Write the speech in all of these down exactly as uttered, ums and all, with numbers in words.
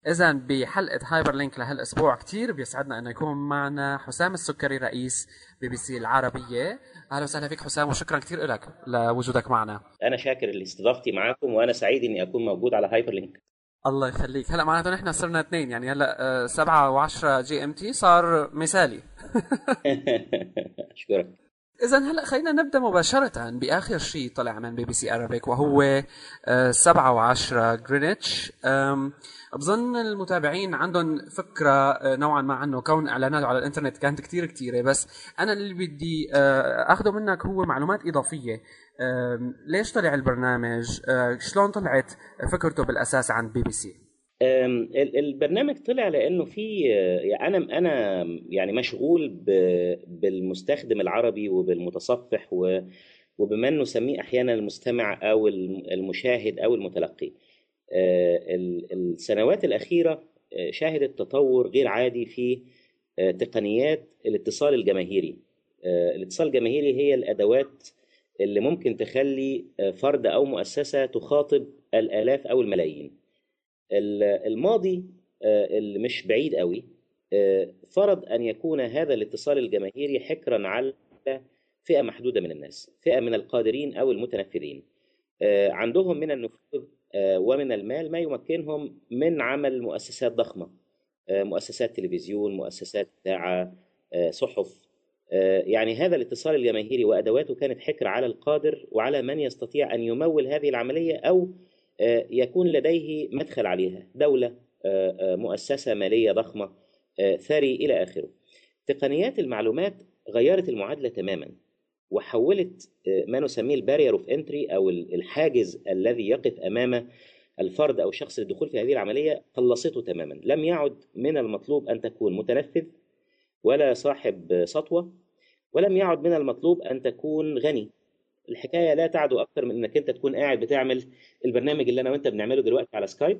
إذا بحلقة هايبر لينك لهالأسبوع كتير بيسعدنا أنه يكون معنا حسام السكري رئيس بي بي سي العربية. أهلا وسهلا فيك حسام، وشكرا كتير لك لوجودك معنا. انا شاكر لاستضافتي معاكم، وانا سعيد اني اكون موجود على هايبر لينك. الله يخليك. هلا معناته نحن صرنا اثنين، يعني هلا آه، سبعة وعشرة جي ام تي صار مثالي. اشكرك. إذا هلا خلينا نبدأ مباشرة بآخر شيء طلع من بي بي سي أرابيك، وهو آه، سبعة وعشرة جرينتش. أم، بظن المتابعين عندهم فكرة آه، نوعا ما عنه، كون إعلاناته على الإنترنت كانت كتير كتيرة. بس أنا اللي بدي آه، أخذه منك هو معلومات إضافية. أم، ليش طلع البرنامج؟ آه، شلون طلعت فكرته بالأساس عن بي بي سي؟ أم، ال- البرنامج طلع لانه في يعني انا انا يعني مشغول ب- بالمستخدم العربي وبالمتصفح و- وبما نسميه احيانا المستمع او الم- المشاهد او المتلقي. أه، ال- السنوات الاخيره أه، شهدت تطور غير عادي في أه، تقنيات الاتصال الجماهيري. أه، الاتصال الجماهيري هي الادوات اللي ممكن تخلي أه، فرد او مؤسسه تخاطب الالاف او الملايين. ال- الماضي آه، اللي مش بعيد قوي آه، فرض أن يكون هذا الاتصال الجماهيري حكرا على فئة محدودة من الناس، فئة من القادرين أو المتنفذين آه، عندهم من النفوذ آه، ومن المال ما يمكنهم من عمل مؤسسات ضخمة، آه، مؤسسات تلفزيون، مؤسسات إذاعة، آه، صحف. آه، يعني هذا الاتصال الجماهيري وأدواته كانت حكر على القادر وعلى من يستطيع أن يمول هذه العملية، أو آه، يكون لديه مدخل عليها، دولة، آه، آه، مؤسسة مالية ضخمة، آه، ثري إلى آخره. تقنيات المعلومات غيرت المعادلة تماما، وحولت آه، ما نسميه البارير اوف انتري، او الحاجز الذي يقف امام الفرد او الشخص للدخول في هذه العمليه، قلصته تماما. لم يعد من المطلوب ان تكون متنفذ ولا صاحب سطوه، ولم يعد من المطلوب ان تكون غني. الحكايه لا تعدو اكثر من انك انت تكون قاعد بتعمل البرنامج اللي انا وانت بنعمله دلوقتي على سكايب،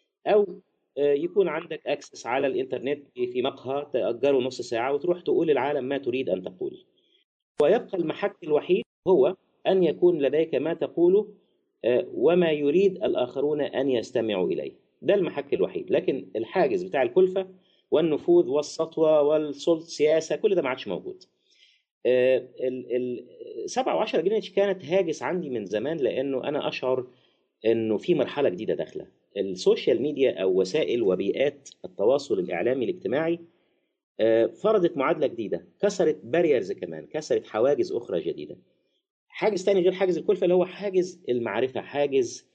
او آه، يكون عندك اكسس على الانترنت في مقهى تأجره نص ساعه وتروح تقول للعالم ما تريد ان تقول. ويبقى المحك الوحيد هو أن يكون لديك ما تقوله آه، وما يريد الآخرون أن يستمعوا إليه. ده المحك الوحيد، لكن الحاجز بتاع الكلفة والنفوذ والسطوة والسلطة السياسة كل ده ما عادش موجود. آه، ال ال سبعة وعشرة جنيه كانت هاجس عندي من زمان، لأنه أنا أشعر أنه في مرحلة جديدة داخلة. السوشيال ميديا أو وسائل وبيئات التواصل الإعلامي الاجتماعي آه، فرضت معادلة جديدة، كسرت باريرز، كمان كسرت حواجز أخرى جديدة. حاجز تاني غير حاجز الكلفة اللي هو حاجز المعرفة، حاجز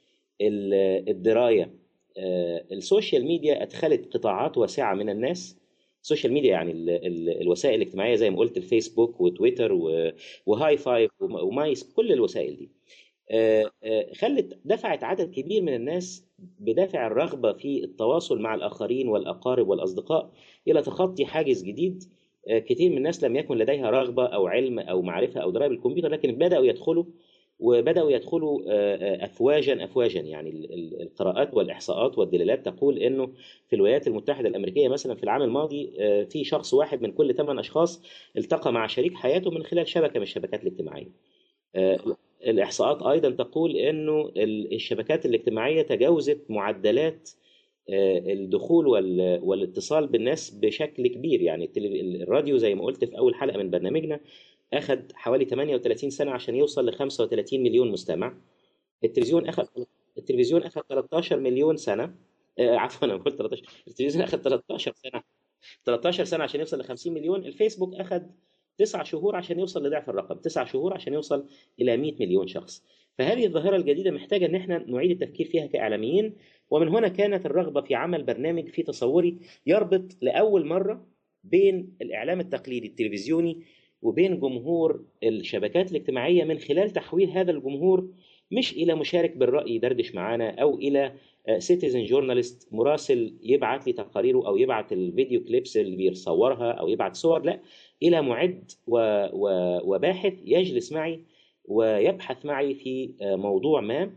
ال- الدراية. آه، السوشيال ميديا أدخلت قطاعات واسعة من الناس. السوشيال ميديا يعني ال ال الوسائل الاجتماعية زي ما قلت، الفيسبوك وتويتر و- وهاي فايف وم- ومايس، كل الوسائل دي آه، آه، خلت دفعت عدد كبير من الناس بدافع الرغبة في التواصل مع الآخرين والأقارب والأصدقاء إلى تخطي حاجز جديد. آه، كثير من الناس لم يكن لديها رغبة أو علم أو معرفة أو دراية بالكمبيوتر، لكن بدأوا يدخلوا، وبدأوا يدخلوا آه، آه، أفواجا أفواجا. يعني ال- ال- القراءات والإحصاءات والدلالات تقول إنه في الولايات المتحدة الأمريكية مثلا في العام الماضي آه، في شخص واحد من كل ثمان أشخاص التقى مع شريك حياته من خلال شبكة من الشبكات الاجتماعية. آه، الإحصاءات أيضا تقول أنه ال- الشبكات الاجتماعية تجاوزت معدلات آه، الدخول وال- والاتصال بالناس بشكل كبير. يعني التلف- الراديو زي ما قلت في أول حلقة من برنامجنا أخذ حوالي ثمانية وثلاثين سنة عشان يوصل ل خمسة وثلاثين مليون مستمع. التلفزيون أخذ التلفزيون أخذ ثلاثة عشر مليون سنة. آه، عفوا أنا قلت ثلاثة عشر، التلفزيون أخذ ثلاثة عشر سنة، ثلاثة عشر سنة عشان يوصل ل خمسين مليون. الفيسبوك أخذ تسع شهور عشان يوصل لضعف الرقم، تسع شهور عشان يوصل إلى مئة مليون شخص. فهذه الظاهرة الجديدة محتاجة إن احنا نعيد التفكير فيها كإعلاميين. ومن هنا كانت الرغبة في عمل برنامج في تصوري يربط لأول مرة بين الإعلام التقليدي التلفزيوني وبين جمهور الشبكات الاجتماعية، من خلال تحويل هذا الجمهور مش إلى مشارك بالرأي يدردش معانا، أو إلى سيتيزن جورناليست مراسل يبعت لي تقاريره او يبعت الفيديو كليبس اللي بيصورها او يبعت صور، لا، الى معد و... و... وباحث يجلس معي ويبحث معي في موضوع ما،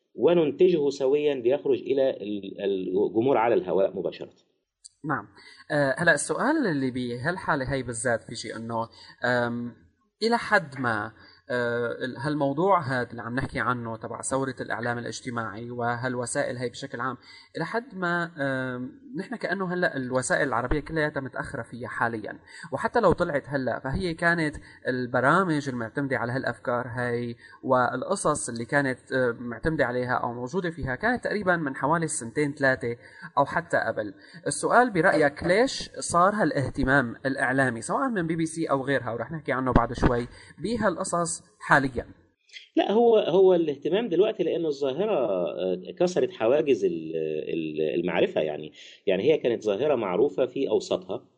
وننتجه سويا ليخرج الى الجمهور على الهواء مباشرة. نعم. أه هلا السؤال اللي بهالحالة هي بالذات في شيء انه أم، الى حد ما أه هالموضوع هذا اللي عم نحكي عنه تبع ثورة الاعلام الاجتماعي وهالوسائل هي بشكل عام، الى حد ما أم، نحن كأنه هلا الوسائل العربية كلها متأخرة فيها حاليا، وحتى لو طلعت هلا فهي كانت البرامج المعتمدة على هالأفكار هاي والقصص اللي كانت معتمدة عليها أو موجودة فيها كانت تقريبا من حوالي سنتين ثلاثة أو حتى قبل. السؤال برأيك ليش صار هالاهتمام الإعلامي سواء من بي بي سي أو غيرها ورح نحكي عنه بعد شوي بهالقصص حاليا؟ لا، هو هو الاهتمام دلوقتي لأن الظاهرة آه، كسرت حواجز ال- ال- المعرفة. يعني يعني هي كانت ظاهرة معروفة في أوسطها،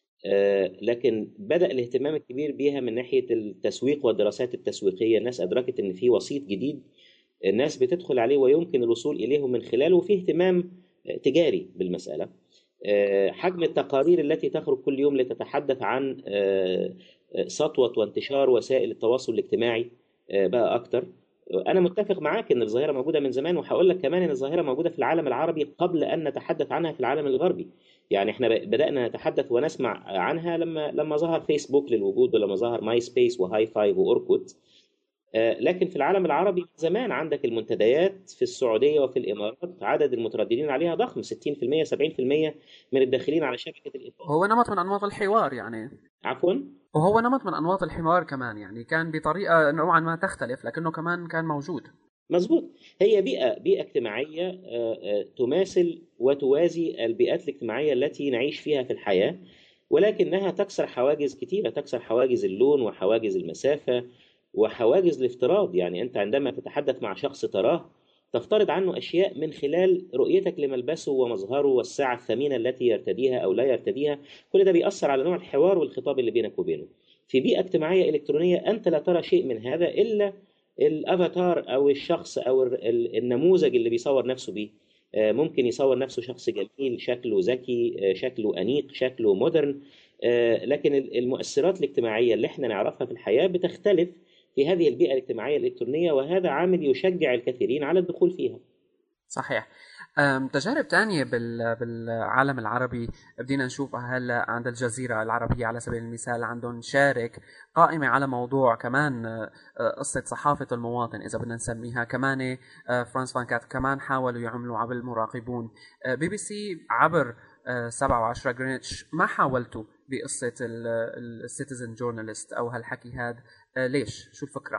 آه، لكن بدأ الاهتمام الكبير بيها من ناحية التسويق والدراسات التسويقية. الناس أدركت إن في وسيط جديد الناس بتدخل عليه ويمكن الوصول إليه من خلاله، وفي اهتمام آه، تجاري بالمسألة. آه، حجم التقارير التي تخرج كل يوم لتتحدث عن آه، آه، سطوة وانتشار وسائل التواصل الاجتماعي آه، بقى أكتر. أنا متفق معاك إن الظاهرة موجودة من زمان، وهقول لك كمان إن الظاهرة موجودة في العالم العربي قبل أن نتحدث عنها في العالم الغربي. يعني إحنا ب- بدأنا نتحدث ونسمع عنها لما لما ظهر فيسبوك للوجود، ولما ظهر ماي سبيس وهاي فايف وأوركوت. آه، لكن في العالم العربي من زمان عندك المنتديات في السعودية وفي الإمارات، عدد المترددين عليها ضخم، ستين في المية سبعين في المية من الداخلين على شبكة الإنترنت. وهو نمط من أنماط الحوار يعني. عفوا. وهو نمط من أنماط الحوار كمان، يعني كان بطريقة نوعا ما تختلف لكنه كمان كان موجود. مظبوط. هي بيئة بيئة اجتماعية آه، آه، تماثل وتوازي البيئات الاجتماعية التي نعيش فيها في الحياة، ولكنها تكسر حواجز كثيرة، تكسر حواجز اللون وحواجز المسافة وحواجز الافتراض. يعني أنت عندما تتحدث مع شخص تراه تفترض عنه أشياء من خلال رؤيتك لملبسه ومظهره والساعة الثمينة التي يرتديها أو لا يرتديها. كل ده بيأثر على نوع الحوار والخطاب اللي بينك وبينه. في بيئة اجتماعية إلكترونية أنت لا ترى شيء من هذا إلا الافاتار او الشخص او ال- النموذج اللي بيصور نفسه بيه. آه، ممكن يصور نفسه شخص جميل، شكله ذكي، آه، شكله انيق، شكله مودرن. آه، لكن ال- المؤثرات الاجتماعيه اللي احنا نعرفها في الحياه بتختلف في هذه البيئه الاجتماعيه الالكترونيه، وهذا عامل يشجع الكثيرين على الدخول فيها. صحيح. أم، تجارب تانية بال- بالعالم العربي بدينا نشوفها هلا عند الجزيرة العربية على سبيل المثال، عندهم شارك قائمة على موضوع كمان أه، أه، قصة صحافة المواطن إذا بدنا نسميها كمان. أه، فرانس فانكات كمان حاولوا يعملوا عبر المراقبون. أه، بي بي سي عبر أه، سبعة وعشرة جرينتش ما حاولتوا بقصة السيتيزن جورناليست أو هالحكي هذا؟ أه، ليش؟ شو الفكرة؟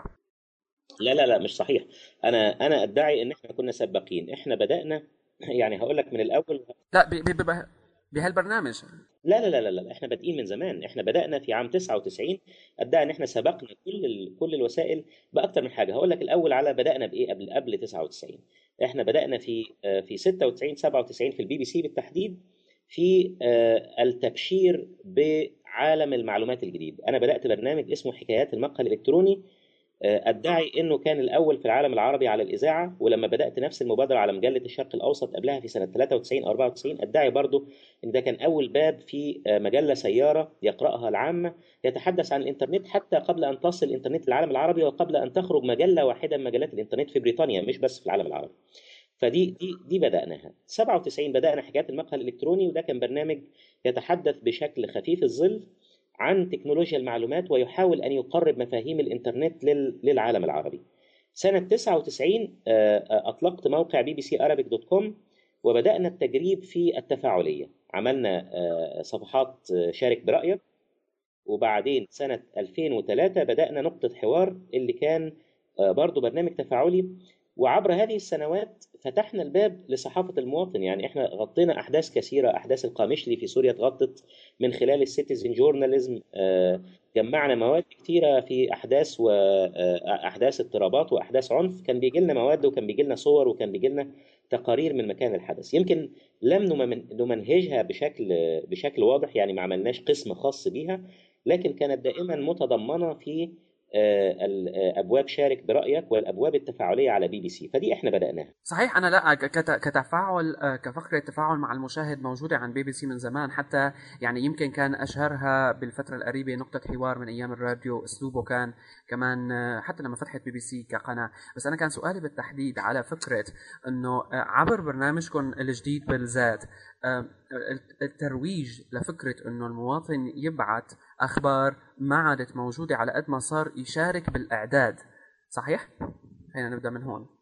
لا لا لا، مش صحيح. انا انا ادعي ان احنا كنا سباقين. احنا بدانا يعني هقول لك من الاول. لا ب- ب- ب- بهالبرنامج. لا لا لا لا لا، احنا بادئين من زمان. احنا بدأنا في عام تسعة وتسعين. ادعي ان احنا سبقنا كل ال... كل الوسائل باكتر من حاجه. هقول لك الاول على بدأنا بايه قبل قبل تسعة وتسعين. احنا بدأنا في آه، في ستة وتسعين سبعة وتسعين في البي بي سي بالتحديد، في آه، التبشير بعالم المعلومات الجديد. انا بدأت برنامج اسمه حكايات المقهى الالكتروني. ادعي انه كان الاول في العالم العربي على الاذاعه، ولما بدات نفس المبادره على مجله الشرق الاوسط قبلها في سنه ثلاثة وتسعين او أربعة وتسعين، ادعي برضو ان ده كان اول باب في مجله سياره يقراها العامه يتحدث عن الانترنت، حتى قبل ان تصل الانترنت للعالم العربي، وقبل ان تخرج مجله واحده من مجلات الانترنت في بريطانيا مش بس في العالم العربي. فدي دي دي بدأناها. سبعة وتسعين بدأنا حكايات المقهى الإلكتروني، وده كان برنامج يتحدث بشكل خفيف الظل عن تكنولوجيا المعلومات، ويحاول أن يقرب مفاهيم الإنترنت لل- للعالم العربي. سنة تسعة وتسعين آه، آه، أطلقت موقع بي بي سي أرابيك دوت كوم، وبدأنا التجريب في التفاعلية. عملنا آه، صفحات آه، شارك برأيك. وبعدين سنة ألفين وثلاثة بدأنا نقطة حوار اللي كان آه، برضو برنامج تفاعلي. وعبر هذه السنوات فتحنا الباب لصحافة المواطن. يعني احنا غطينا أحداث كثيرة. أحداث القامشلي في سوريا اتغطت من خلال السيتيزن جورناليزم. جمعنا مواد كثيرة في أحداث وأحداث اضطرابات وأحداث عنف. كان بيجي لنا مواد وكان بيجي لنا صور وكان بيجي لنا تقارير من مكان الحدث. يمكن لم نمن- نمنهجها بشكل بشكل واضح، يعني ما عملناش قسم خاص بيها، لكن كانت دائما متضمنة في آه، ال- آه، ابواب شارك برايك والابواب التفاعليه على بي بي سي. فدي احنا بداناها. صحيح. انا لا ك- كت- كتفاعل آه، كفكره تفاعل مع المشاهد موجوده عن بي بي سي من زمان، حتى يعني يمكن كان اشهرها بالفتره القريبه نقطه حوار من ايام الراديو. اسلوبه كان كمان آه، حتى لما فتحت بي بي سي كقناه. بس انا كان سؤالي بالتحديد على فكره انه آه، عبر برنامجكم الجديد بالذات، آه، الت- الترويج لفكره انه المواطن يبعث اخبار ما عادت موجوده على قد ما صار يشارك بالاعداد. صحيح؟ خلينا نبدا من هون.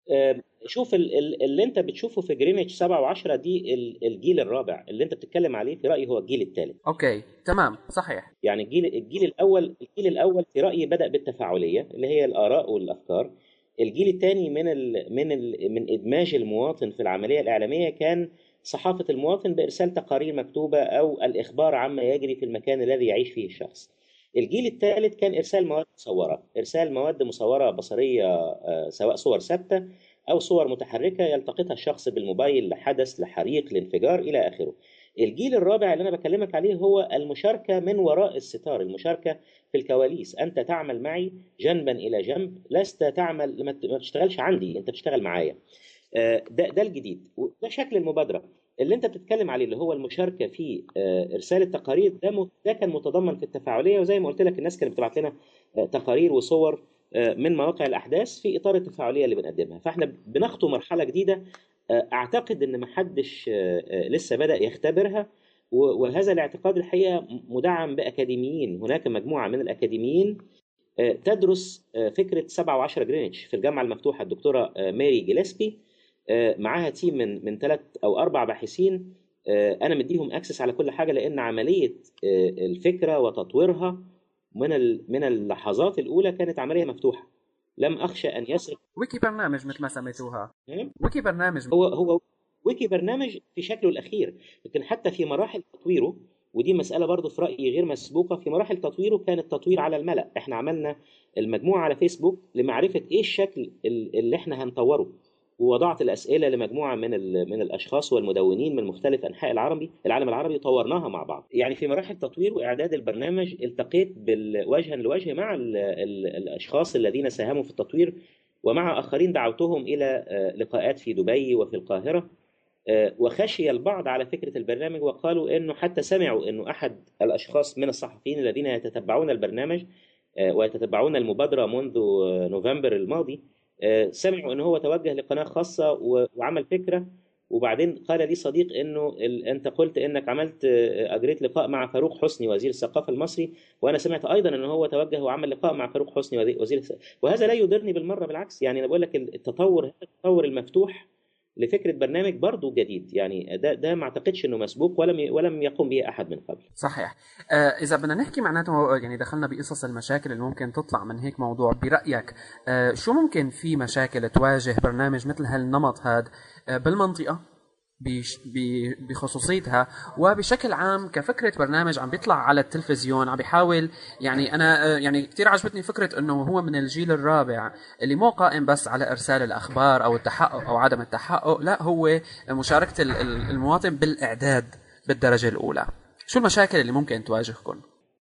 آه، شوف ال- ال- اللي انت بتشوفه في جرينتش سبعة وعشرة دي ال- الجيل الرابع اللي انت بتتكلم عليه، في رأيي هو الجيل الثالث. اوكي تمام صحيح. يعني الجيل الجيل الاول الجيل الاول في رايي بدا بالتفاعليه اللي هي الاراء والافكار. الجيل الثاني من ال من ال من ادماج المواطن في العمليه الاعلاميه كان صحافه المواطن بارسال تقارير مكتوبه او الاخبار عما يجري في المكان الذي يعيش فيه الشخص. الجيل الثالث كان ارسال مواد مصوره، ارسال مواد مصوره بصريه، آه، سواء صور ثابته او صور متحركه يلتقطها الشخص بالموبايل لحدث، لحريق، لانفجار، الى اخره. الجيل الرابع اللي انا بكلمك عليه هو المشاركه من وراء الستار، المشاركه في الكواليس. انت تعمل معي جنبا الى جنب، لست تعمل ما بتشتغلش عندي، انت بتشتغل معايا. آه، ده ده الجديد، وده شكل المبادره اللي انت بتتكلم عليه اللي هو المشاركه في آه، ارسال التقارير. ده م- ده كان متضمن في التفاعليه، وزي ما قلت لك الناس كانت بتبعت لنا آه، تقارير وصور آه، من مواقع الاحداث في اطار التفاعليه اللي بنقدمها. فاحنا بنخطو مرحله جديده، آه، اعتقد ان محدش آه، آه، لسه بدأ يختبرها. و- وهذا الاعتقاد الحقيقه مدعم باكاديميين. هناك مجموعه من الاكاديميين آه، تدرس آه، فكره سبعة وعشرة جرينتش في الجامعه المفتوحه، الدكتوره آه، ماري جيلسبي. آه، معاها تيم من من ثلاث او اربع باحثين. آه، انا مديهم اكسس على كل حاجه، لان عمليه آه، الفكره وتطويرها من ال- من اللحظات الاولى كانت عمليه مفتوحه. لم اخشى ان يصل. ويكي برنامج مثل ما سميتوها. ويكي برنامج. هو هو ويكي برنامج في شكله الأخير، لكن حتى في مراحل تطويره، ودي مسألة برضو في رأيي غير مسبوقة، في مراحل تطويره كان التطوير على الملأ. احنا عملنا المجموعة على فيسبوك لمعرفة ايه الشكل ال- اللي احنا هنطوره، ووضعت الأسئلة لمجموعة من ال- من الأشخاص والمدونين من مختلف أنحاء العربي العالم العربي، طورناها مع بعض. يعني في مراحل تطوير وإعداد البرنامج التقيت بال- وجها لوجه مع ال ال الأشخاص الذين ساهموا في التطوير، ومع آخرين دعوتهم إلى آه، لقاءات في دبي وفي القاهرة. آه، وخشي البعض على فكرة البرنامج، وقالوا إنه حتى سمعوا إنه أحد الأشخاص من الصحفيين الذين يتتبعون البرنامج آه، ويتتبعون المبادرة منذ آه، نوفمبر الماضي، آه، سمعوا إنه هو توجه لقناة خاصة و- وعمل فكرة. وبعدين قال لي صديق إنه ال- أنت قلت إنك عملت آه، أجريت لقاء مع فاروق حسني وزير الثقافة المصري، وأنا سمعت أيضا إنه هو توجه وعمل لقاء مع فاروق حسني وزير وزير الث- وهذا لا يضرني بالمرة، بالعكس. يعني أنا بقول لك التطور، التطور المفتوح لفكره برنامج برضه جديد، يعني ده ده ما اعتقدش انه مسبوق ولم ولم يقم به احد من قبل. صحيح. آه إذا بدنا نحكي معناته يعني دخلنا بقصص المشاكل اللي ممكن تطلع من هيك موضوع، برأيك آه شو ممكن في مشاكل تواجه برنامج مثل هالنمط هاد آه بالمنطقة بش- ب- بخصوصيتها، وبشكل عام كفكرة برنامج عم بيطلع على التلفزيون عم بيحاول. يعني أنا آه، يعني كتير عجبتني فكرة أنه هو من الجيل الرابع اللي مو قائم بس على إرسال الأخبار أو التحقق أو عدم التحقق، لا هو مشاركة ال- ال- المواطن بالإعداد بالدرجة الأولى. شو المشاكل اللي ممكن تواجهكم؟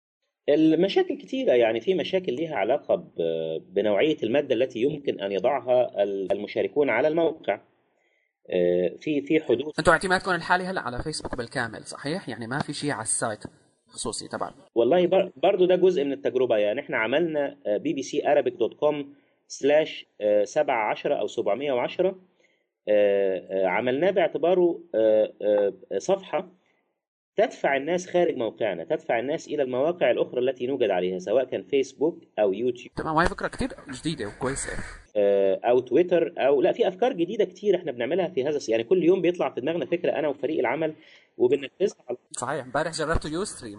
المشاكل كثيره، يعني في مشاكل لها علاقه ب- بنوعيه الماده التي يمكن ان يضعها المشاركون على الموقع. آه، في في حدود. أنتوا اعتمادكم الحالي هلا على فيسبوك بالكامل صحيح؟ يعني ما في شيء على السايت خصوصي طبعا. والله بر- برضو ده جزء من التجربه. يعني احنا عملنا بي بي سي ارابيك دوت كوم سلاش سبعة عشرة او سبعمية وعشرة. آه، آه، عملناه باعتباره آه، آه، صفحه تدفع الناس خارج موقعنا، تدفع الناس إلى المواقع الأخرى التي نوجد عليها، سواء كان فيسبوك أو يوتيوب تمام، وهي فكرة كتير جديدة وكويسة. آه، أو تويتر، أو لا، في أفكار جديدة كتير إحنا بنعملها في هذا الس- يعني كل يوم بيطلع في دماغنا فكرة أنا وفريق العمل وبننفذها على- صحيح، امبارح جربتوا يو ستريم.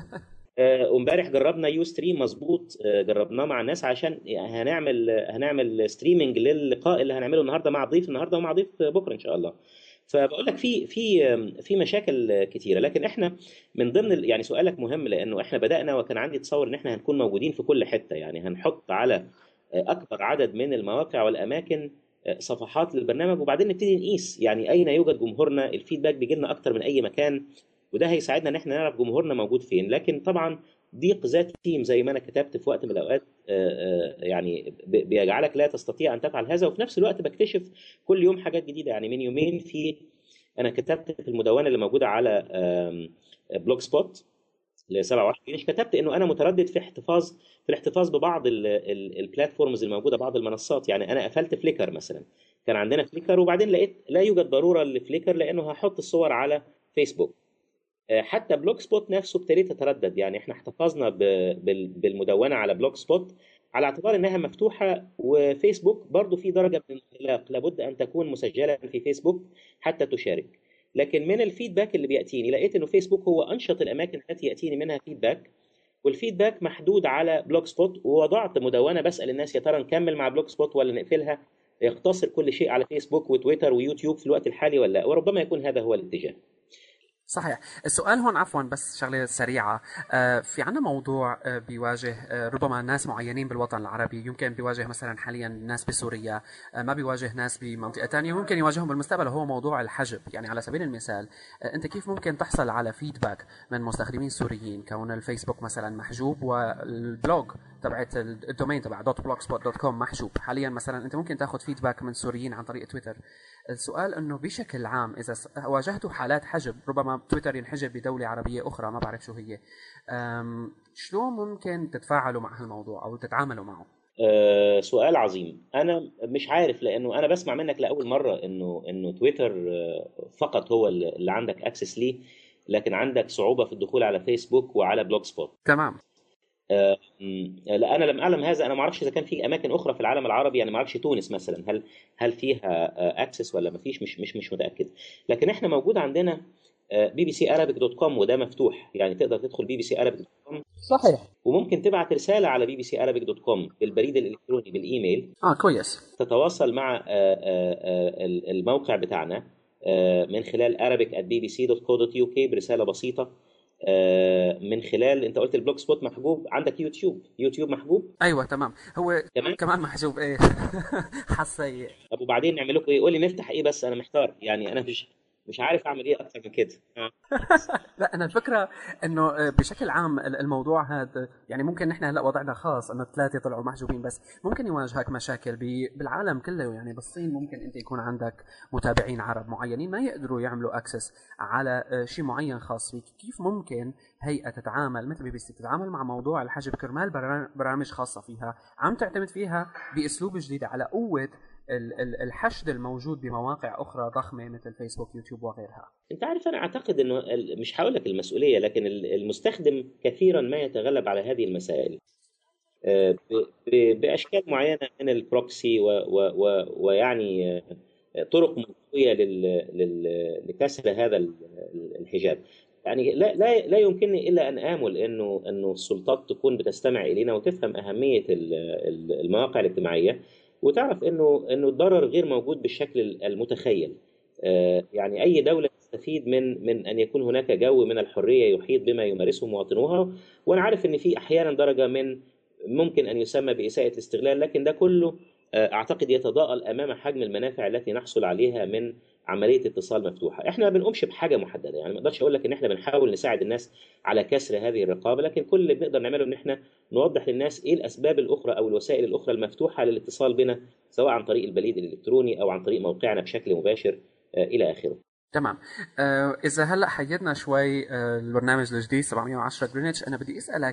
آه، وامبارح جربنا يو ستريم مظبوط. آه، جربناه مع الناس عشان هنعمل هنعمل ستريمنج للقاء اللي هنعمله النهارده مع ضيف النهارده ومع ضيف بكره ان شاء الله. فبقول لك في في في مشاكل كتيره، لكن احنا من ضمن ال- يعني سؤالك مهم، لانه احنا بدانا وكان عندي تصور ان احنا هنكون موجودين في كل حته. يعني هنحط على اكبر عدد من المواقع والاماكن صفحات للبرنامج، وبعدين نبتدي نقيس يعني اين يوجد جمهورنا. الفيدباك بيجي لنا اكتر من اي مكان، وده هيساعدنا ان احنا نعرف جمهورنا موجود فين. لكن طبعا ضيق ذات تيم زي ما انا كتبت في وقت من الاوقات آه، آه، يعني ب- بيجعلك لا تستطيع ان تفعل هذا، وفي نفس الوقت بكتشف كل يوم حاجات جديده. يعني من يومين في انا كتبت في المدونه اللي موجوده على آم، بلوج سبوت ل سبعة وعشرين جنيه، كتبت انه انا متردد في احتفاظ في الاحتفاظ ببعض ال- ال- البلاتفورمز الموجوده، بعض المنصات. يعني انا قفلت فليكر مثلا، كان عندنا فليكر، وبعدين لقيت لا يوجد ضروره لفليكر لانه هحط الصور على فيسبوك. آه، حتى بلوك سبوت نفسه ابتديت اتردد. يعني احنا احتفظنا ب- بال- بالمدونه على بلوك سبوت، على اعتبار انها مفتوحه. وفيسبوك برضو في درجه من الانغلاق، لابد ان تكون مسجلا في فيسبوك حتى تشارك. لكن من الفيدباك اللي بياتيني لقيت انه فيسبوك هو انشط الاماكن التي ياتيني منها فيدباك، والفيدباك محدود على بلوج سبوت. ووضعت مدونه بسال الناس يا ترى نكمل مع بلوج سبوت ولا نقفلها، يقتصر كل شيء على فيسبوك وتويتر ويوتيوب في الوقت الحالي ولا لا، وربما يكون هذا هو الاتجاه. صحيح. السؤال هون عفوا بس شغله سريعه، آه، في عنا موضوع آه، بيواجه آه، ربما ناس معينين بالوطن العربي، يمكن بيواجه مثلا حاليا ناس بسوريا، آه، ما بيواجه ناس بمنطقه ثانيه، وممكن يواجههم بالمستقبل، هو موضوع الحجب. يعني على سبيل المثال، آه، انت كيف ممكن تحصل على فيدباك من مستخدمين سوريين كون الفيسبوك مثلا محجوب والبلوج تبعت الدومين تبع دوت بلوج سبوت دوت كوم محجوب حاليا؟ مثلا انت ممكن تاخذ فيدباك من سوريين عن طريق تويتر. السؤال انه بشكل عام اذا واجهتوا حالات حجب، ربما تويتر ينحجب بدوله عربيه اخرى ما بعرف شو هي، شلون ممكن تتفاعلوا مع هالموضوع او تتعاملوا معه؟ أه سؤال عظيم. انا مش عارف، لانه انا بسمع منك لاول مره انه انه تويتر آه، فقط هو اللي عندك اكسس ليه، لكن عندك صعوبه في الدخول على فيسبوك وعلى بلوج سبوت. تمام. آه، م، لا انا لم اعلم هذا. انا ما اعرفش اذا كان في اماكن اخرى في العالم العربي، يعني ما اعرفش تونس مثلا هل هل فيها اكسس ولا ما فيش، مش مش مش متاكد. لكن احنا موجود عندنا بي بي سي ارابيك دوت كوم، وده مفتوح، يعني تقدر تدخل بي بي سي ارابيك دوت كوم صحيح. وممكن تبعت رساله على بي بي سي ارابيك دوت كوم بالبريد الالكتروني بالايميل، اه كويس. تتواصل مع آه، آه، آه، الموقع بتاعنا آه، من خلال arabic at b b c dot co dot u k برساله بسيطه. آه، من خلال، انت قلت البلوج سبوت محجوب، عندك يوتيوب، يوتيوب محجوب ايوه تمام. هو كمان. كمان محجوب ايه؟ حسي. طب وبعدين نعمل لكم ايه؟ قول لي نفتح ايه، بس انا محتار، يعني انا مش مش عارف اعمل ايه اكتر من كده. آه. لا انا الفكره انه آه، بشكل عام ال- الموضوع هذا، يعني ممكن نحن هلا وضعنا خاص انه الثلاثه طلعوا محجوبين، بس ممكن يواجهك مشاكل ب- بالعالم كله. يعني بالصين ممكن انت يكون عندك متابعين عرب معينين ما يقدروا يعملوا اكسس على آه، شيء معين خاص فيك. كيف ممكن هيئه تتعامل مثل بي بي سي تتعامل مع موضوع الحجب كرمال برا- برامج خاصه فيها عم تعتمد فيها باسلوب جديد على قوه ال- ال- الحشد الموجود بمواقع اخرى ضخمه مثل فيسبوك يوتيوب وغيرها؟ انت عارف، انا اعتقد انه ال- مش هقول لك المسؤوليه، لكن ال- المستخدم كثيرا ما يتغلب على هذه المسائل آه، ب- ب- باشكال معينه من البروكسي و- و- و- ويعني آه، طرق منطقيه لل- لل- لكسر هذا ال- الحجاب. يعني لا لا لا يمكنني الا ان امل انه انه السلطات تكون بتستمع الينا وتفهم اهميه ال- ال- المواقع الاجتماعيه، وتعرف انه انه الضرر غير موجود بالشكل المتخيل. آه، يعني اي دوله تستفيد من من ان يكون هناك جو من الحريه يحيط بما يمارسه مواطنوها. وانا عارف ان في احيانا درجه من ممكن أن يسمى بإساءة الاستغلال، لكن ده كله آه، أعتقد يتضاءل أمام حجم المنافع التي نحصل عليها من عملية اتصال مفتوحة. إحنا ما بنقومش بحاجة محددة، يعني ما أقدرش أقول لك إن إحنا بنحاول نساعد الناس على كسر هذه الرقابة، لكن كل اللي بنقدر نعمله إن إحنا نوضح للناس إيه الأسباب الأخرى أو الوسائل الأخرى المفتوحة للاتصال بنا، سواء عن طريق البريد الإلكتروني أو عن طريق موقعنا بشكل مباشر آه، إلى آخره. تمام. آه إذا هلا حيدنا شوي آه البرنامج الجديد سبعمية وعشرة جرينتش، أنا بدي أسألك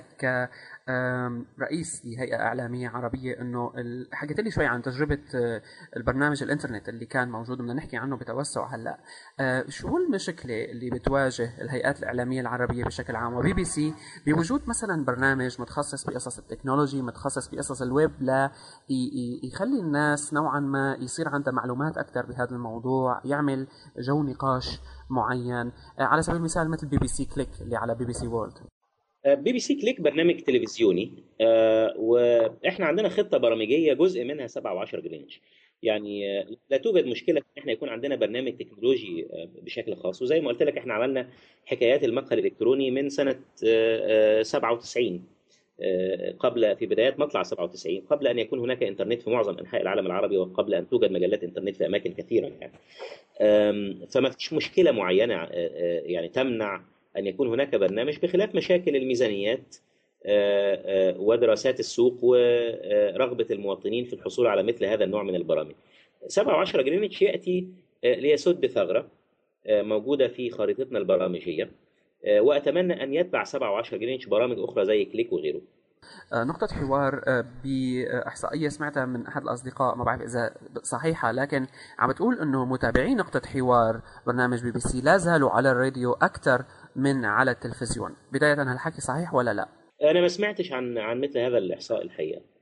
كرئيس لهيئة إعلامية عربية، إنه ال- حكيت لي شوي عن تجربة آه البرنامج الإنترنت اللي كان موجود، بدنا نحكي عنه بتوسع هلا. آه شو المشكلة اللي بتواجه الهيئات الإعلامية العربية بشكل عام وبي بي سي بوجود مثلا برنامج متخصص بقصص التكنولوجي، متخصص بقصص الويب، لا ي- ي- يخلي الناس نوعا ما يصير عندها معلومات أكثر بهذا الموضوع، يعمل جو نقاش معين، آه، على سبيل المثال مثل بي بي سي كليك اللي على بي بي سي وورلد؟ بي بي سي كليك برنامج تلفزيوني، آه، واحنا عندنا خطه برامجيه جزء منها سبعة وعشرة جرينتش. يعني آه، لا توجد مشكله في ان احنا يكون عندنا برنامج تكنولوجي آه، بشكل خاص. وزي ما قلت لك احنا عملنا حكايات المقهى الالكتروني من سنه آه، آه، سبعة وتسعين، آه، قبل في بدايات مطلع سبعة وتسعين، قبل ان يكون هناك انترنت في معظم انحاء العالم العربي، وقبل ان توجد مجلات انترنت في اماكن كثيره يعني. أم، فما فيش مشكلة معينة أه، أه، يعني تمنع أن يكون هناك برنامج، بخلاف مشاكل الميزانيات أه، أه، ودراسات السوق ورغبة المواطنين في الحصول على مثل هذا النوع من البرامج. سبعة وعشرة جرينتش يأتي أه، ليسد ثغرة أه، موجودة في خارطتنا البرامجية، أه، وأتمنى أن يتبع سبعة وعشرة جرينتش برامج أخرى زي كليك وغيره. آه، نقطة حوار آه، بإحصائية سمعتها من أحد الأصدقاء، ما بعرف إذا صحيحة، لكن عم بتقول إنه متابعي نقطة حوار برنامج بي بي سي لا زالوا على الراديو أكثر من على التلفزيون. بداية هالحكي صحيح ولا لا؟ أنا ما سمعتش عن عن مثل هذا الإحصاء الحقيقة.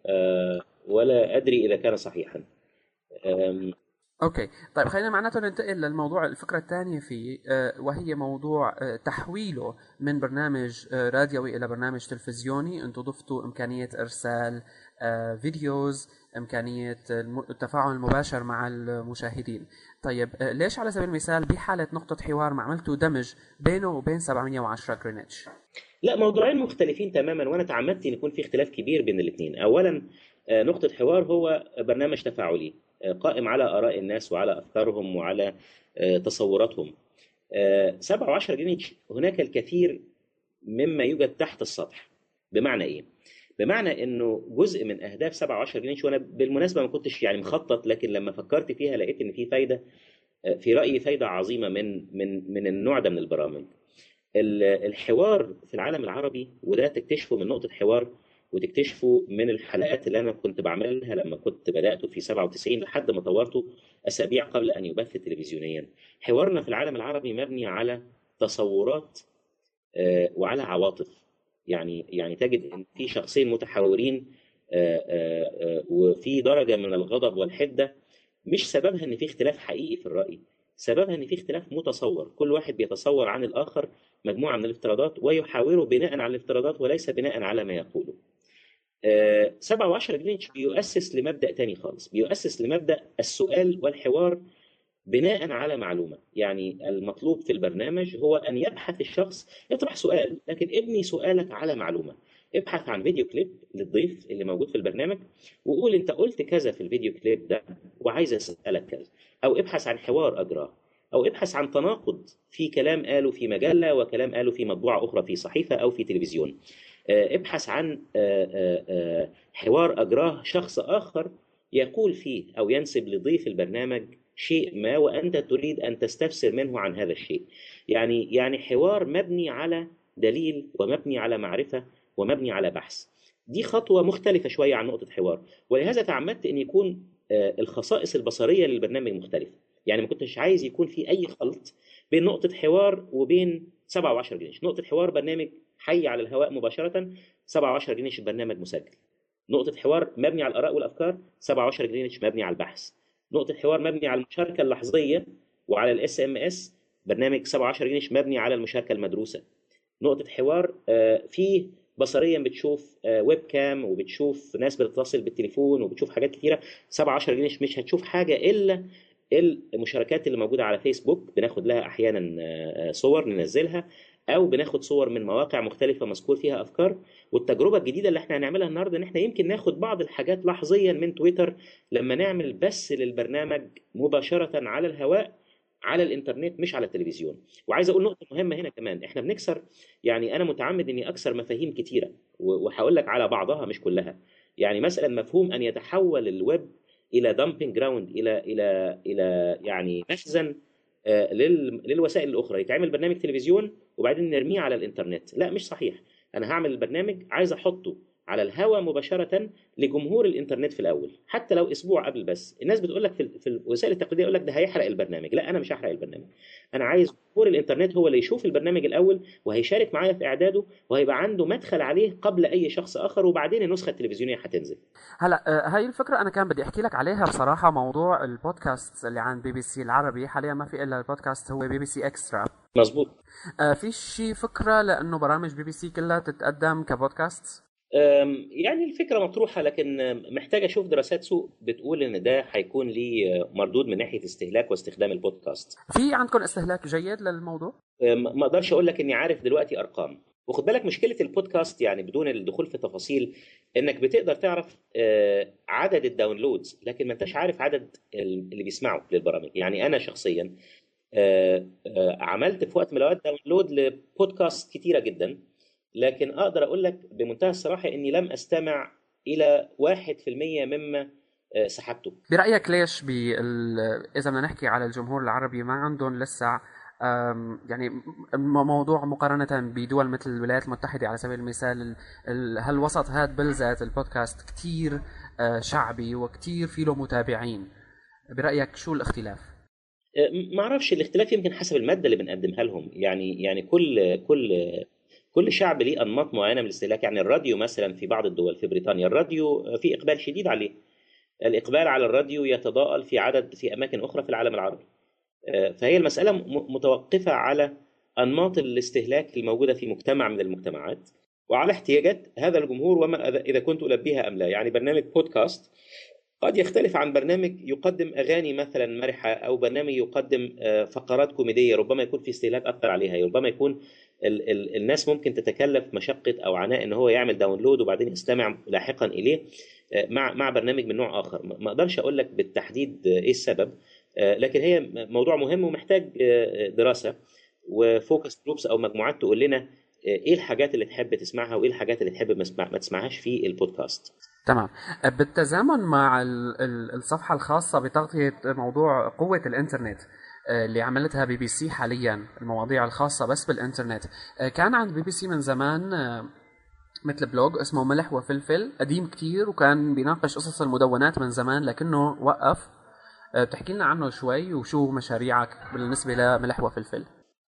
آه، ولا أدري إذا كان صحيحا. آم، اوكي، طيب خلينا معناته ننتقل للموضوع الفكره الثانيه فيه، آه، وهي موضوع آه، تحويله من برنامج آه، راديوي الى برنامج تلفزيوني. انتم ضفتوا امكانيه ارسال آه، فيديوز، امكانيه الم- التفاعل المباشر مع المشاهدين. طيب آه، ليش على سبيل المثال بحاله نقطه حوار ما عملتوا دمج بينه وبين سبعمية وعشرة جرينتش؟ لا، موضوعين مختلفين تماما، وأنا تعمدت أن يكون في اختلاف كبير بين الاثنين. أولا، آه، نقطة حوار هو برنامج تفاعلي آه، قائم على آراء الناس وعلى أفكارهم وعلى آه، تصوراتهم. آه، سبعة وعشرة جرينتش هناك الكثير مما يوجد تحت السطح. بمعنى ايه؟ بمعنى انه جزء من اهداف سبعة وعشرة جنيه، وانا بالمناسبه ما كنتش يعني مخطط، لكن لما فكرت فيها لقيت ان في فايده، في رايي فايده عظيمه من من من النوع ده من البرامج. ال- الحوار في العالم العربي، وده تكتشفه من نقطه حوار، وتكتشفه من الحلقات اللي انا كنت بعملها لما كنت بداته في سبعة وتسعين لحد ما طورته اسابيع قبل ان يبث تلفزيونيا. حوارنا في العالم العربي مبني على تصورات آه، وعلى عواطف. يعني يعني تجد ان في شخصين متحاورين، آه، آه، آه، وفي درجه من الغضب والحده، مش سببها ان في اختلاف حقيقي في الراي، سببها ان في اختلاف متصور. كل واحد بيتصور عن الاخر مجموعه من الافتراضات ويحاوره بناء على الافتراضات وليس بناء على ما يقوله. آه، سبعة وعشرة جرينتش بيؤسس لمبدأ تاني خالص، بيؤسس لمبدأ السؤال والحوار بناء على معلومة. يعني المطلوب في البرنامج هو أن يبحث الشخص، يطرح سؤال لكن ابني سؤالك على معلومة. ابحث عن فيديو كليب للضيف اللي موجود في البرنامج، وقول أنت قلت كذا في الفيديو كليب ده وعايز أسألك كذا. أو ابحث عن حوار أجراه، أو ابحث عن تناقض في كلام قاله في مجلة وكلام قاله في مطبوعة أخرى في صحيفة أو في تلفزيون. آه، ابحث عن آه، آه، آه، حوار أجراه شخص آخر يقول فيه أو ينسب لضيف البرنامج شيء ما وأنت تريد أن تستفسر منه عن هذا الشيء. يعني يعني حوار مبني على دليل ومبني على معرفة ومبني على بحث. دي خطوة مختلفة شوية عن نقطة حوار، ولهذا تعمدت أن يكون آه، الخصائص البصرية للبرنامج مختلفة. يعني ما كنتش عايز يكون في أي خلط بين نقطة حوار وبين سبعة وعشرة جنيه. نقطة حوار برنامج حي على الهواء مباشرة، سبعة وعشرة جنيه برنامج مسجل. نقطة حوار مبني على الآراء والأفكار، سبعة وعشرة جرينتش مبني على البحث. نقطة حوار مبني على المشاركة اللحظية وعلى الاس ام اس، برنامج سبعة وعشرة جرينتش مبني على المشاركة المدروسة. نقطة حوار آه، فيه بصريا بتشوف آه، ويب كام وبتشوف ناس بتتصل بالتليفون وبتشوف حاجات كتيرة. سبعة وعشرة جنيه مش هتشوف حاجة إلا المشاركات اللي موجودة على فيسبوك، بناخد لها أحيانا آه، صور ننزلها، أو بناخد صور من مواقع مختلفة مذكور فيها أفكار. والتجربة الجديدة اللي احنا هنعملها النهاردة إن احنا يمكن ناخد بعض الحاجات لحظيا من تويتر لما نعمل بث للبرنامج مباشرة على الهواء على الانترنت مش على التلفزيون. وعايز اقول نقطه مهمه هنا كمان، احنا بنكسر، يعني انا متعمد اني اكسر مفاهيم كتيره، و- وهقول لك على بعضها مش كلها. يعني مثلا مفهوم ان يتحول الويب الى دامبنج جراوند، الى الى الى يعني مخزن آه، لل- للوسائل الاخرى، يتعمل برنامج تلفزيون وبعدين نرميه على الانترنت. لا، مش صحيح. انا هعمل البرنامج عايز احطه على الهواء مباشره لجمهور الانترنت في الاول، حتى لو اسبوع قبل. بس الناس بتقول لك في في الوسائل التقليديه يقول لك ده هيحرق البرنامج. لا، انا مش هحرق البرنامج. انا عايز جمهور الانترنت هو اللي يشوف البرنامج الاول وهيشارك معايا في اعداده وهيبقى عنده مدخل عليه قبل اي شخص اخر، وبعدين النسخه التلفزيونيه هتنزل. هلا آه، هاي الفكرة أنا كان بدي أحكي لك عليها بصراحة. موضوع البودكاست اللي عن بي بي سي العربي حاليا ما في إلا البودكاست هو بي بي سي إكسترا. مظبوط. آه، في شي فكرة لأنه برامج بي بي سي كلها تتقدم كبودكاست؟ أم، يعني الفكرة مطروحة، لكن محتاج أشوف دراسات سوق بتقول إن ده هيكون ليه مردود من ناحية استهلاك واستخدام البودكاست. في عندكم استهلاك جيد للموضوع؟ أم، ما أقدرش أقول لك إني عارف دلوقتي أرقام. وخد بالك مشكلة البودكاست، يعني بدون الدخول في تفاصيل، إنك بتقدر تعرف آه، عدد الداونلودز، لكن ما أنتش عارف عدد اللي بيسمعوا للبرامج. يعني أنا شخصيا آه، آه، عملت في وقت من الأوقات داونلود لبودكاست كتيرة جدا، لكن أقدر أقول لك بمنتهى الصراحة إني لم أستمع إلى واحد في المية مما آه، سحبته. برأيك ليش بال... إذا بدنا نحكي على الجمهور العربي ما عندهم لسه أم، يعني م- موضوع مقارنة بدول مثل الولايات المتحدة على سبيل المثال، ال- ال- هالوسط هاد بالذات البودكاست كتير آه، شعبي وكتير فيه له متابعين. برأيك شو الاختلاف؟ آه، ما أعرفش الاختلاف، يمكن حسب المادة اللي بنقدمها لهم. يعني يعني كل كل كل شعب ليه انماط معينه من الاستهلاك. يعني الراديو مثلا في بعض الدول، في بريطانيا الراديو في اقبال شديد عليه. الاقبال على الراديو يتضاءل في عدد في اماكن اخرى في العالم العربي. آه، فهي المساله م- متوقفه على انماط الاستهلاك الموجوده في مجتمع من المجتمعات، وعلى احتياجات هذا الجمهور، وما اذا كنت البيها ام لا. يعني برنامج بودكاست قد يختلف عن برنامج يقدم أغاني مثلا مرحة، أو برنامج يقدم آه، فقرات كوميدية ربما يكون في استهلاك أكثر عليها. ربما يكون ال ال الناس ممكن تتكلف مشقة أو عناء إن هو يعمل داونلود وبعدين يستمع لاحقا إليه آه، مع مع برنامج من نوع آخر. ما ما أقدرش أقول لك بالتحديد آه، إيه السبب، آه، لكن هي موضوع مهم ومحتاج آه، دراسة وفوكس جروبس أو مجموعات تقول لنا آه، إيه الحاجات اللي تحب تسمعها وإيه الحاجات اللي تحب ما تسمع- ما تسمعهاش في البودكاست. تمام. بالتزامن مع ال- ال- الصفحة الخاصة بتغطية موضوع قوة الإنترنت آه، اللي عملتها بي بي سي حاليا، المواضيع الخاصة بس بالإنترنت، آه، كان عند بي بي سي من زمان آه، مثل بلوج اسمه ملح وفلفل، قديم كتير وكان بيناقش قصص المدونات من زمان لكنه وقف. آه، بتحكي لنا عنه شوي وشو مشاريعك بالنسبة لملح وفلفل؟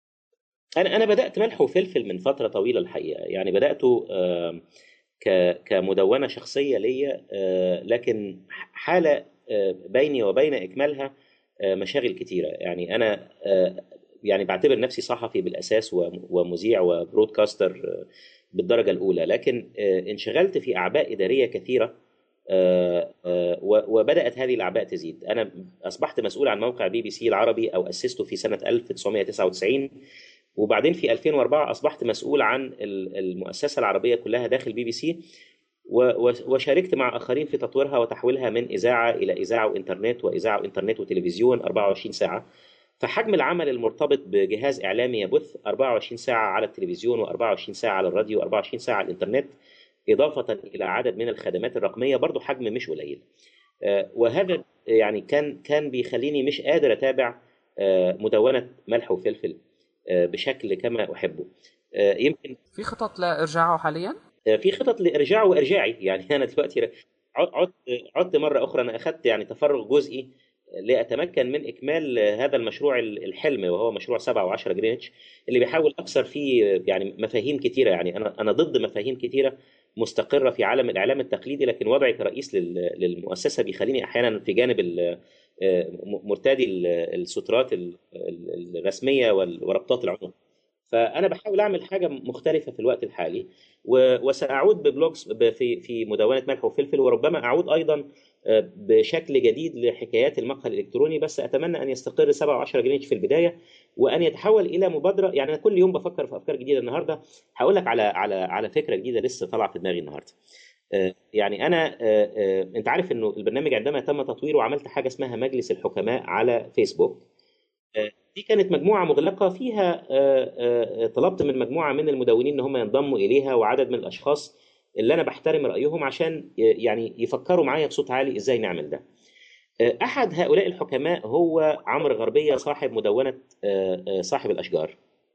انا انا بدات ملح وفلفل من فتره طويله الحقيقه. يعني بداته آه، ك- كمدونه شخصيه ليا، آه، لكن حاله آه، بيني وبين اكمالها آه، مشاغل كتيره. يعني انا آه، يعني بعتبر نفسي صحفي بالاساس وم- ومذيع وبرودكاستر آه، بالدرجه الاولى، لكن آه، انشغلت في اعباء اداريه كثيره. آه، آه، و- وبدات هذه الاعباء تزيد. انا اصبحت مسؤول عن موقع بي بي سي العربي، او اسسته في سنه ألف وتسعمائة وتسعة وتسعين، وبعدين في ألفين وأربعة اصبحت مسؤول عن ال- المؤسسه العربيه كلها داخل بي بي سي. و- و- وشاركت مع اخرين في تطويرها وتحويلها من اذاعه الى اذاعه وانترنت، واذاعه وانترنت وتلفزيون أربعة وعشرين ساعه. فحجم العمل المرتبط بجهاز اعلامي يبث أربعة وعشرين ساعه على التلفزيون، و24 ساعه على الراديو، و24 ساعه على الانترنت، اضافه الى عدد من الخدمات الرقميه، برضو حجم مش قليل. آه، وهذا يعني كان كان بيخليني مش قادر اتابع آه، مدونه ملح وفلفل آه، بشكل كما احبه. آه، يمكن في خطط لإرجاعه حاليا؟ آه، في خطط لارجاع وارجاعي. يعني انا دلوقتي ر- عد- عدت عدت مره اخرى. انا اخذت يعني تفرغ جزئي لاتمكن من اكمال آه، هذا المشروع ال- الحلم، وهو مشروع سبعة و10 جرينتش، اللي بيحاول اكسر فيه آه، يعني مفاهيم كتيره. يعني انا انا ضد مفاهيم كتيره مستقره في عالم الاعلام التقليدي، لكن وضعي كرئيس لل- للمؤسسه بيخليني احيانا في جانب ال- آه، م- مرتدي ال- السترات ال- ال- الرسميه وال- وربطات العنق. فانا بحاول اعمل حاجه مختلفه في الوقت الحالي، و- وساعود ببلوجز ب- في في مدونه ملح وفلفل، وربما اعود ايضا آه، بشكل جديد لحكايات المقهى الالكتروني. بس اتمنى ان يستقر سبعة و10 جنيه في البدايه، وان يتحول الى مبادره. يعني انا كل يوم بفكر في افكار جديده. النهارده هقول لك على على على فكره جديده لسه طالعه في دماغي النهارده. آه، يعني انا آه، آه، انت عارف انه البرنامج عندما تم تطويره عملت حاجه اسمها مجلس الحكماء على فيسبوك. دي كانت مجموعة مغلقة فيها آه، آه، طلبت من مجموعة من المدونين ان هم ينضموا اليها، وعدد من الاشخاص اللي انا بحترم رأيهم عشان ي- يعني يفكروا معايا بصوت عالي ازاي نعمل ده. آه، احد هؤلاء الحكماء هو عمرو غربية، صاحب مدونة آه، آه، صاحب الاشجار.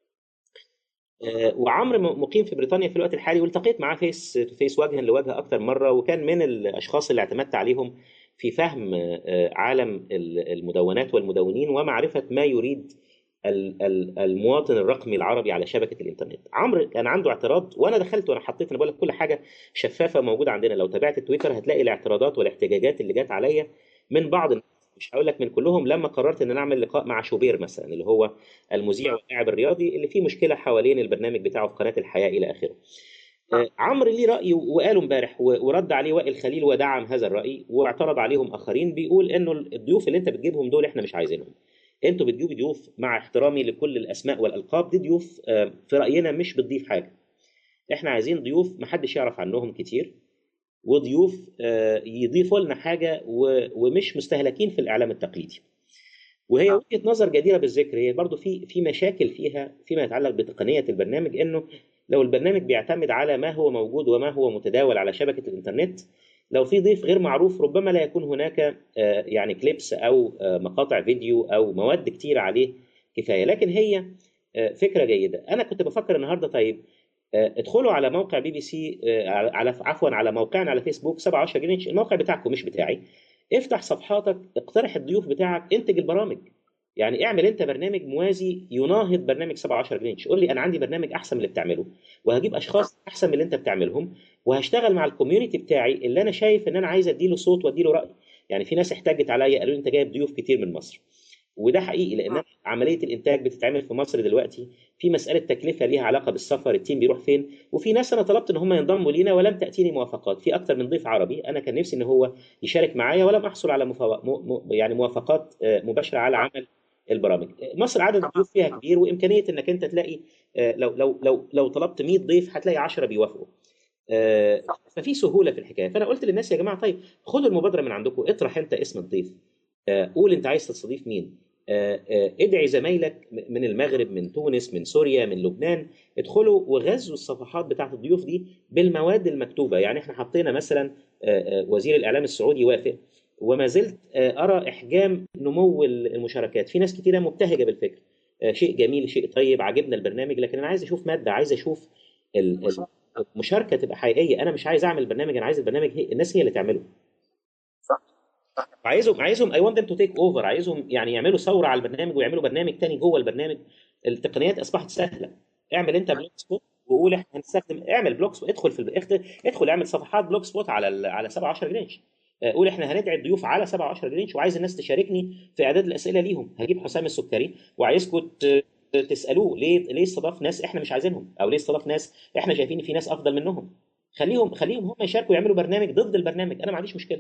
آه، وعمرو م- مقيم في بريطانيا في الوقت الحالي، والتقيت معاه فيس تو فيس وجها لوجه اكثر مره، وكان من الاشخاص اللي اعتمدت عليهم في فهم آه، عالم ال- المدونات والمدونين، ومعرفه ما يريد ال- ال- المواطن الرقمي العربي على شبكه الانترنت. عمرو كان عنده اعتراض، وانا دخلت وانا حطيت، انا بقول لك كل حاجه شفافه موجوده عندنا. لو تابعت التويتر هتلاقي الاعتراضات والاحتجاجات اللي جت عليا من بعض الناس. مش هقول لك من كلهم. لما قررت ان انا اعمل لقاء مع شوبير مثلا، اللي هو المذيع واللاعب الرياضي اللي فيه مشكله حوالين البرنامج بتاعه في قناه الحياه الى اخره. آه، عمرو ليه راي وقاله امبارح، و- ورد عليه وائل خليل ودعم هذا الراي، واعترض عليهم اخرين بيقول انه الضيوف اللي انت بتجيبهم دول احنا مش عايزينهم. انتوا بتجيبوا ضيوف، مع احترامي لكل الاسماء والالقاب، دي ضيوف آه، في راينا مش بتضيف حاجه. احنا عايزين ضيوف محدش يعرف عنهم كتير، وضيوف آه، يضيفوا لنا حاجه، و- ومش مستهلكين في الاعلام التقليدي. وهي وجهة نظر جديرة بالذكر. هي برضو في في مشاكل فيها فيما يتعلق بتقنية البرنامج، انه لو البرنامج بيعتمد على ما هو موجود وما هو متداول على شبكة الانترنت، لو في ضيف غير معروف ربما لا يكون هناك آه، يعني كليبس او آه، مقاطع فيديو او مواد كتيرة عليه كفاية. لكن هي آه، فكرة جيدة. انا كنت بفكر النهارده، طيب آه، ادخلوا على موقع بي بي سي، آه، على عفوا على موقعنا على فيسبوك سبعة عشر جنيه، الموقع بتاعكم مش بتاعي. افتح صفحاتك، اقترح الضيوف بتاعك، انتج البرامج. يعني اعمل انت برنامج موازي يناهض برنامج سبعة عشر جرينتش. قول لي انا عندي برنامج احسن من اللي بتعمله، وهجيب اشخاص احسن من اللي انت بتعملهم، وهشتغل مع الكوميونتي بتاعي اللي انا شايف ان انا عايز اديله صوت واديله راي. يعني في ناس احتجت عليا قالوا لي انت جايب ضيوف كتير من مصر، وده حقيقي لان أنا عمليه الانتاج بتتعمل في مصر دلوقتي، في مساله تكلفه ليها علاقه بالسفر، التيم بيروح فين، وفي ناس انا طلبت ان هم ينضموا لينا ولم تاتيني موافقات. في اكتر من ضيف عربي انا كان نفسي ان هو يشارك معايا ولم احصل على مفو... م... م... يعني موافقات آه، مباشره على عمل البرامج. مصر عدد الضيوف فيها كبير، وامكانيه انك انت تلاقي آه، لو لو لو لو طلبت مية ضيف هتلاقي عشرة بيوافقوا. آه، ففي سهوله في الحكايه. فانا قلت للناس يا جماعه طيب خدوا المبادره من عندكم، اطرح انت اسم الضيف، آه، قول انت عايز تستضيف مين، آه، آه، ادعي زمايلك من المغرب، من تونس، من سوريا، من لبنان، ادخلوا وغزوا الصفحات بتاعت الضيوف دي بالمواد المكتوبه. يعني احنا حطينا مثلا آه، آه، وزير الاعلام السعودي وافق، وما زلت آه، ارى احجام نمو المشاركات. في ناس كتيره مبتهجه بالفكر، آه، شيء جميل، شيء طيب، عجبنا البرنامج، لكن انا عايز اشوف ماده، عايز اشوف ال- ال- المشاركه تبقى حقيقيه. انا مش عايز اعمل برنامج، انا عايز البرنامج هي الناس هي اللي تعمله. عايزهم عايزهم اي ونت ذم تو تيك اوفر، عايزهم يعني يعملوا ثوره على البرنامج ويعملوا برنامج تاني جوه البرنامج. التقنيات اصبحت سهله. اعمل انت بلوك سبوت وقول احنا هنستخدم، اعمل بلوك سبوت، ادخل في ال- ادخل ادخل اعمل صفحات بلوك سبوت على ال... على سبعة عشر جرينش. آه، قول احنا هندعي الضيوف على سبعة عشر جرينش، وعايز الناس تشاركني في اعداد الاسئله ليهم. هجيب حسام السكري وعايزكم ت- تسالوه ليه ليه استضاف ناس احنا مش عايزينهم، او ليه استضاف ناس احنا شايفين ان في ناس افضل منهم. خليهم خليهم هم يشاركوا، يعملوا برنامج ضد البرنامج، انا ما عنديش مشكله.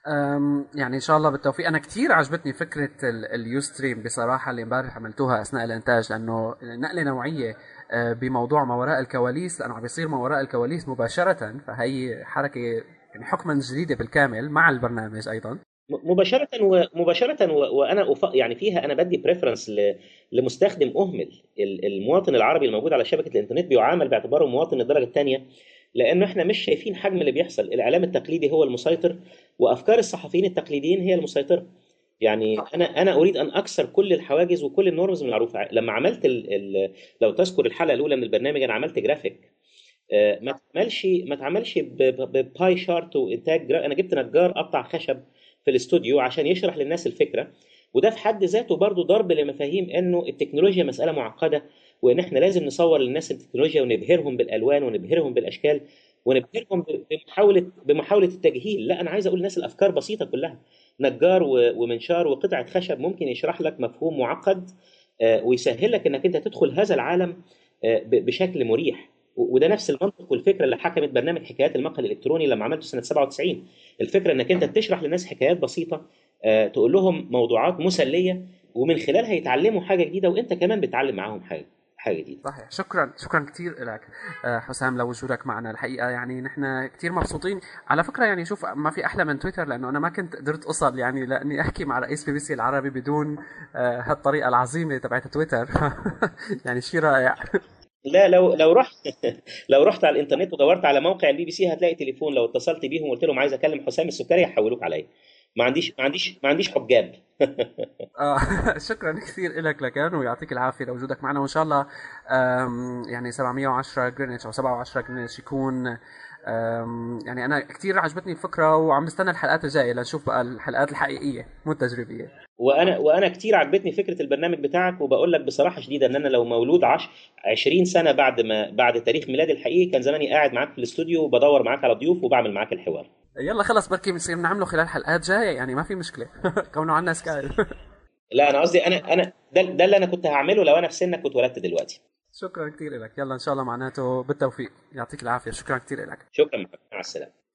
أم، يعني ان شاء الله بالتوفيق. انا كثير عجبتني فكره ال- اليوستريم بصراحه اللي امبارح عملتوها اثناء الانتاج، لانه نقله نوعيه أه، بموضوع ما وراء الكواليس، لانه عم بيصير ما وراء الكواليس مباشره، فهي حركه يعني حكما جديده بالكامل مع البرنامج ايضا. مباشرة ومباشرة و- وأنا أف... يعني فيها أنا بدي بريفرنس ل... لمستخدم أهمل. ال- المواطن العربي الموجود على شبكة الإنترنت بيعامل باعتباره مواطن الدرجة الثانية، لأنه إحنا مش شايفين حجم اللي بيحصل. الإعلام التقليدي هو المسيطر، وأفكار الصحفيين التقليديين هي المسيطرة. يعني أنا أنا أريد أن أكسر كل الحواجز وكل النورمز المعروفة. لما عملت ال... ال... لو تذكر الحلقة الأولى من البرنامج أنا عملت جرافيك، آه، ما اتعملش ما اتعملش ب- ب- بباي شارت وانتاج جرا- انا جبت نجار قطع خشب في الاستوديو عشان يشرح للناس الفكره. وده في حد ذاته برضو ضرب لمفاهيم انه التكنولوجيا مساله معقده، وان احنا لازم نصور للناس التكنولوجيا ونبهرهم بالالوان ونبهرهم بالاشكال ونبهرهم ب- بمحاوله بمحاوله التجهيل. لا، انا عايز اقول للناس الافكار بسيطه كلها. نجار و- ومنشار وقطعه خشب ممكن يشرح لك مفهوم معقد، آه، ويسهل لك انك انت تدخل هذا العالم آه، ب- بشكل مريح. و- وده نفس المنطق والفكره اللي حكمت برنامج حكايات المقهى الالكتروني لما عملته سنه سبعة وتسعين. الفكره انك انت بتشرح للناس حكايات بسيطه، آه، تقول لهم موضوعات مسليه، ومن خلالها يتعلموا حاجه جديده، وانت كمان بتعلم معاهم حاجه حاجه جديده. صحيح. شكرا شكرا كثير لك حسام لوجودك معنا. الحقيقه يعني نحن كثير مبسوطين. على فكره يعني شوف، ما في احلى من تويتر، لانه انا ما كنت قدرت اوصل يعني لاني احكي مع رئيس بي بي سي العربي بدون آه، هالطريقه العظيمه تبعت تويتر. يعني شيء رائع. لا، لو لو رحت لو رحت على الانترنت ودورت على موقع البي بي سي هتلاقي تليفون، لو اتصلت بيهم وقلت لهم عايز اكلم حسام السكري يحولوك عليا. ما عنديش ما عنديش ما عنديش حجاب. آه، شكرا كثير لك لكان، ويعطيك العافيه لوجودك معنا. وان شاء الله آم، يعني سبعمية وعشرة جرينتش او سبعة وعشرة جرينتش يكون آم، يعني انا كثير عجبتني الفكره، وعم بستنى الحلقات الجايه لنشوف بقى الحلقات الحقيقيه مو التجريبيه. وانا وانا كتير عجبتني فكره البرنامج بتاعك، وبقول لك بصراحه شديده ان انا لو مولود عش عشرين سنه بعد ما بعد تاريخ ميلادي الحقيقي كان زماني قاعد معاك في الاستوديو وبدور معاك على ضيوف وبعمل معاك الحوار. يلا خلص، بركي بنصير نعمله خلال حلقات جايه، يعني ما في مشكله. كونه عنا سكايب. لا، انا قصدي انا انا ده, ده اللي انا كنت هعمله لو انا في سنك كنت ولدت دلوقتي. شكرا كثير لك. يلا ان شاء الله معناته بالتوفيق. يعطيك العافيه. شكرا كثير لك. شكرا، مع السلامه.